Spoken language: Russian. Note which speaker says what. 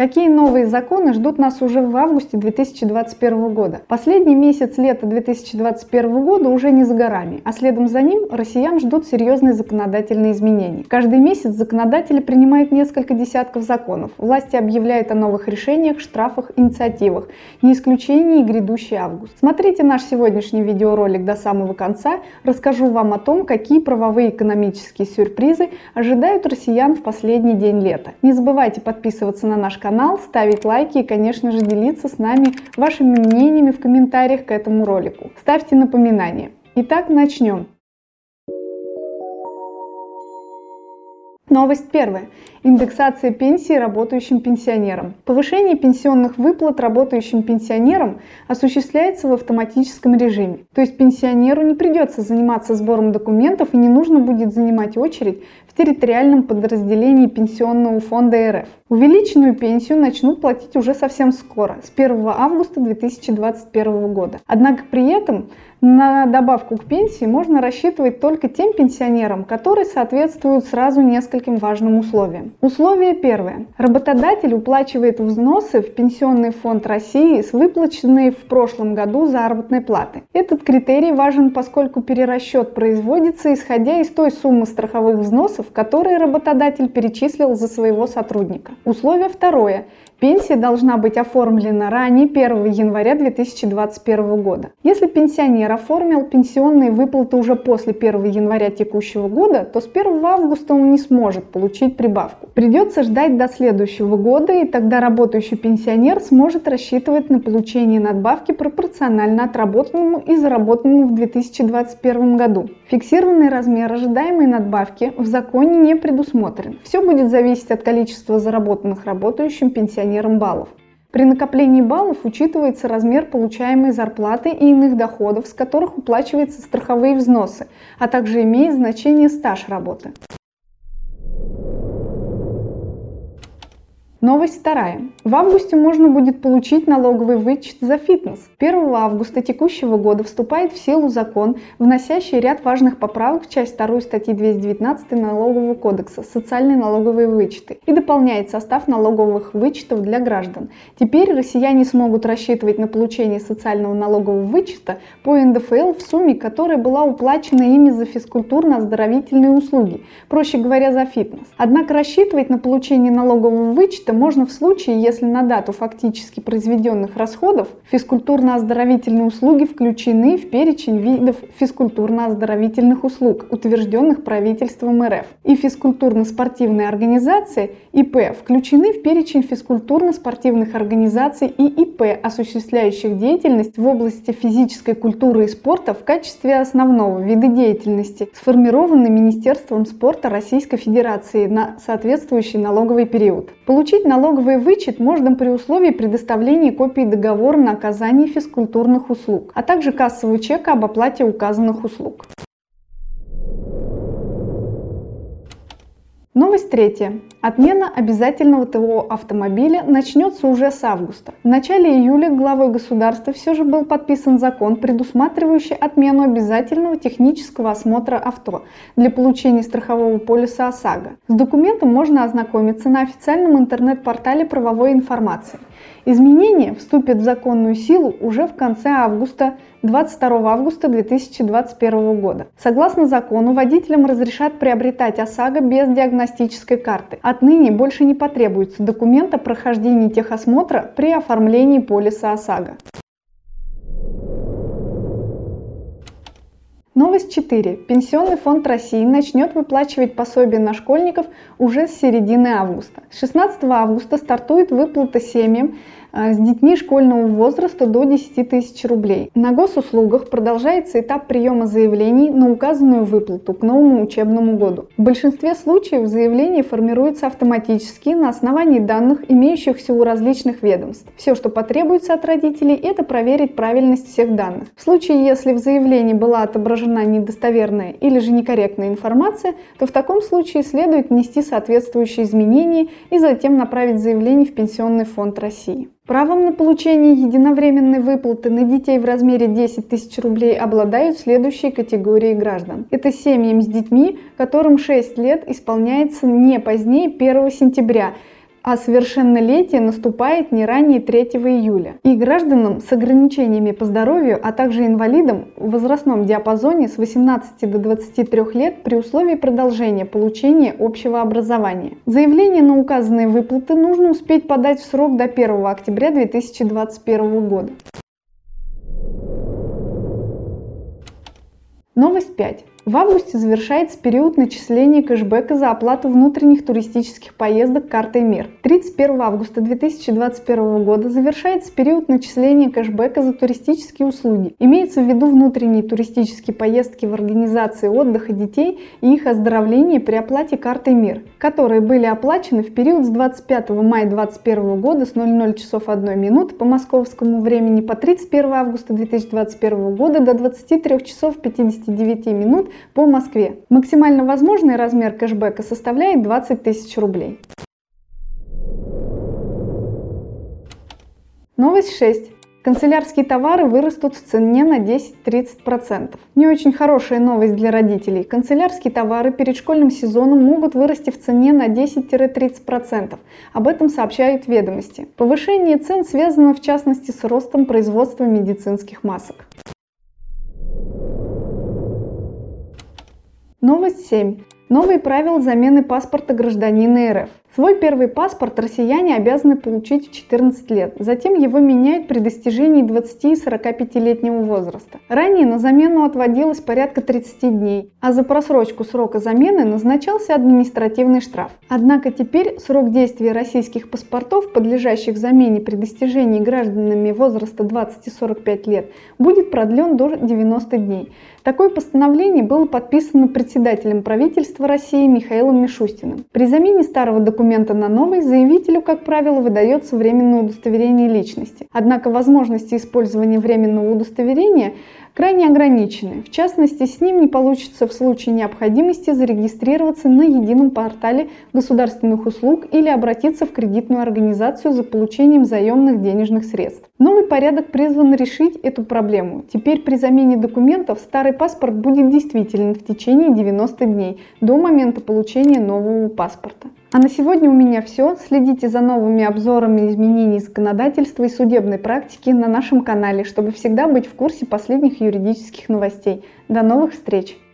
Speaker 1: Какие новые законы ждут нас уже в августе 2021 года? Последний месяц лета 2021 года уже не за горами, а следом за ним россиян ждут серьезные законодательные изменения. Каждый месяц законодатели принимают несколько десятков законов. Власти объявляют о новых решениях, штрафах, инициативах. Не исключение и грядущий август. Смотрите наш сегодняшний видеоролик до самого конца. Расскажу вам о том, какие правовые и экономические сюрпризы ожидают россиян в последний день лета. Не забывайте подписываться на наш канал, ставить лайки и, конечно же, делиться с нами вашими мнениями в комментариях к этому ролику. Ставьте напоминания. Итак, начнем. Новость первая. Индексация пенсии работающим пенсионерам. Повышение пенсионных выплат работающим пенсионерам осуществляется в автоматическом режиме. То есть пенсионеру не придется заниматься сбором документов и не нужно будет занимать очередь в территориальном подразделении Пенсионного фонда РФ. Увеличенную пенсию начнут платить уже совсем скоро, с 1 августа 2021 года. Однако при этом на добавку к пенсии можно рассчитывать только тем пенсионерам, которые соответствуют сразу нескольким важным условиям. Условие первое. Работодатель уплачивает взносы в Пенсионный фонд России с выплаченной в прошлом году заработной платы. Этот критерий важен, поскольку перерасчет производится исходя из той суммы страховых взносов, которые работодатель перечислил за своего сотрудника. Условие второе. Пенсия должна быть оформлена ранее 1 января 2021 года. Если пенсионер оформил пенсионные выплаты уже после 1 января текущего года, то с 1 августа он не сможет получить прибавку. Придется ждать до следующего года, и тогда работающий пенсионер сможет рассчитывать на получение надбавки пропорционально отработанному и заработанному в 2021 году. Фиксированный размер ожидаемой надбавки в законе не предусмотрен. Все будет зависеть от количества заработанных работающим пенсионерам баллов. При накоплении баллов учитывается размер получаемой зарплаты и иных доходов, с которых уплачиваются страховые взносы, а также имеет значение стаж работы. Новость вторая. В августе можно будет получить налоговый вычет за фитнес. 1 августа текущего года вступает в силу закон, вносящий ряд важных поправок в часть 2 статьи 219 Налогового кодекса «Социальные налоговые вычеты» и дополняет состав налоговых вычетов для граждан. Теперь россияне смогут рассчитывать на получение социального налогового вычета по НДФЛ в сумме, которая была уплачена ими за физкультурно-оздоровительные услуги, проще говоря, за фитнес. Однако рассчитывать на получение налогового вычета можно в случае, если на дату фактически произведенных расходов физкультурно-оздоровительные услуги включены в перечень видов физкультурно-оздоровительных услуг, утвержденных правительством РФ, и физкультурно-спортивные организации ИП включены в перечень физкультурно-спортивных организаций и ИП, осуществляющих деятельность в области физической культуры и спорта в качестве основного вида деятельности, сформированной Министерством спорта Российской Федерации на соответствующий налоговый период. Получить налоговый вычет можно при условии предоставления копии договора на оказание физкультурных услуг, а также кассового чека об оплате указанных услуг. Новость третья. Отмена обязательного ТО автомобиля начнется уже с августа. В начале июля главой государства все же был подписан закон, предусматривающий отмену обязательного технического осмотра авто для получения страхового полиса ОСАГО. С документом можно ознакомиться на официальном интернет-портале правовой информации. Изменения вступят в законную силу уже в конце августа, 22 августа 2021 года. Согласно закону, водителям разрешат приобретать ОСАГО без диагностической карты. Отныне больше не потребуется документ о прохождении техосмотра при оформлении полиса ОСАГО. Новость 4. Пенсионный фонд России начнет выплачивать пособие на школьников уже с середины августа. С 16 августа стартует выплата семьям с детьми школьного возраста до 10 тысяч рублей. На госуслугах продолжается этап приема заявлений на указанную выплату к новому учебному году. В большинстве случаев заявление формируется автоматически на основании данных, имеющихся у различных ведомств. Все, что потребуется от родителей, это проверить правильность всех данных. В случае, если в заявлении была отображена недостоверная или же некорректная информация, то в таком случае следует внести соответствующие изменения и затем направить заявление в Пенсионный фонд России. Правом на получение единовременной выплаты на детей в размере 10 тысяч рублей обладают следующие категории граждан. Это семьям с детьми, которым 6 лет исполняется не позднее 1 сентября а совершеннолетие наступает не ранее 3 июля. И гражданам с ограничениями по здоровью, а также инвалидам в возрастном диапазоне с 18 до 23 лет при условии продолжения получения общего образования. Заявление на указанные выплаты нужно успеть подать в срок до 1 октября 2021 года. Новость 5. В августе завершается период начисления кэшбэка за оплату внутренних туристических поездок картой МИР. 31 августа 2021 года завершается период начисления кэшбэка за туристические услуги. Имеется в виду внутренние туристические поездки в организации отдыха детей и их оздоровление при оплате картой МИР, которые были оплачены в период с 25 мая 2021 года с 00 часов 1 минуты по московскому времени по 31 августа 2021 года до 23 часов 59 минут по Москве. Максимально возможный размер кэшбэка составляет 20 тысяч рублей. Новость 6. Канцелярские товары вырастут в цене на 10-30%. Не очень хорошая новость для родителей. Канцелярские товары перед школьным сезоном могут вырасти в цене на 10-30%. Об этом сообщают ведомости. Повышение цен связано в частности с ростом производства медицинских масок. Новость 7. Новые правила замены паспорта гражданина РФ. Свой первый паспорт россияне обязаны получить в 14 лет, затем его меняют при достижении 20 и 45-летнего возраста. Ранее на замену отводилось порядка 30 дней, а за просрочку срока замены назначался административный штраф. Однако теперь срок действия российских паспортов, подлежащих замене при достижении гражданами возраста 20 и 45 лет, будет продлен до 90 дней. Такое постановление было подписано председателем правительства России Михаилом Мишустиным. При замене старого документа на новый заявителю, как правило, выдается временное удостоверение личности. Однако возможности использования временного удостоверения крайне ограничены. В частности, с ним не получится в случае необходимости зарегистрироваться на едином портале государственных услуг или обратиться в кредитную организацию за получением заемных денежных средств. Новый порядок призван решить эту проблему. Теперь при замене документов старый паспорт будет действителен в течение 90 дней до момента получения нового паспорта. А на сегодня у меня все. Следите за новыми обзорами изменений законодательства и судебной практики на нашем канале, чтобы всегда быть в курсе последних юридических новостей. До новых встреч!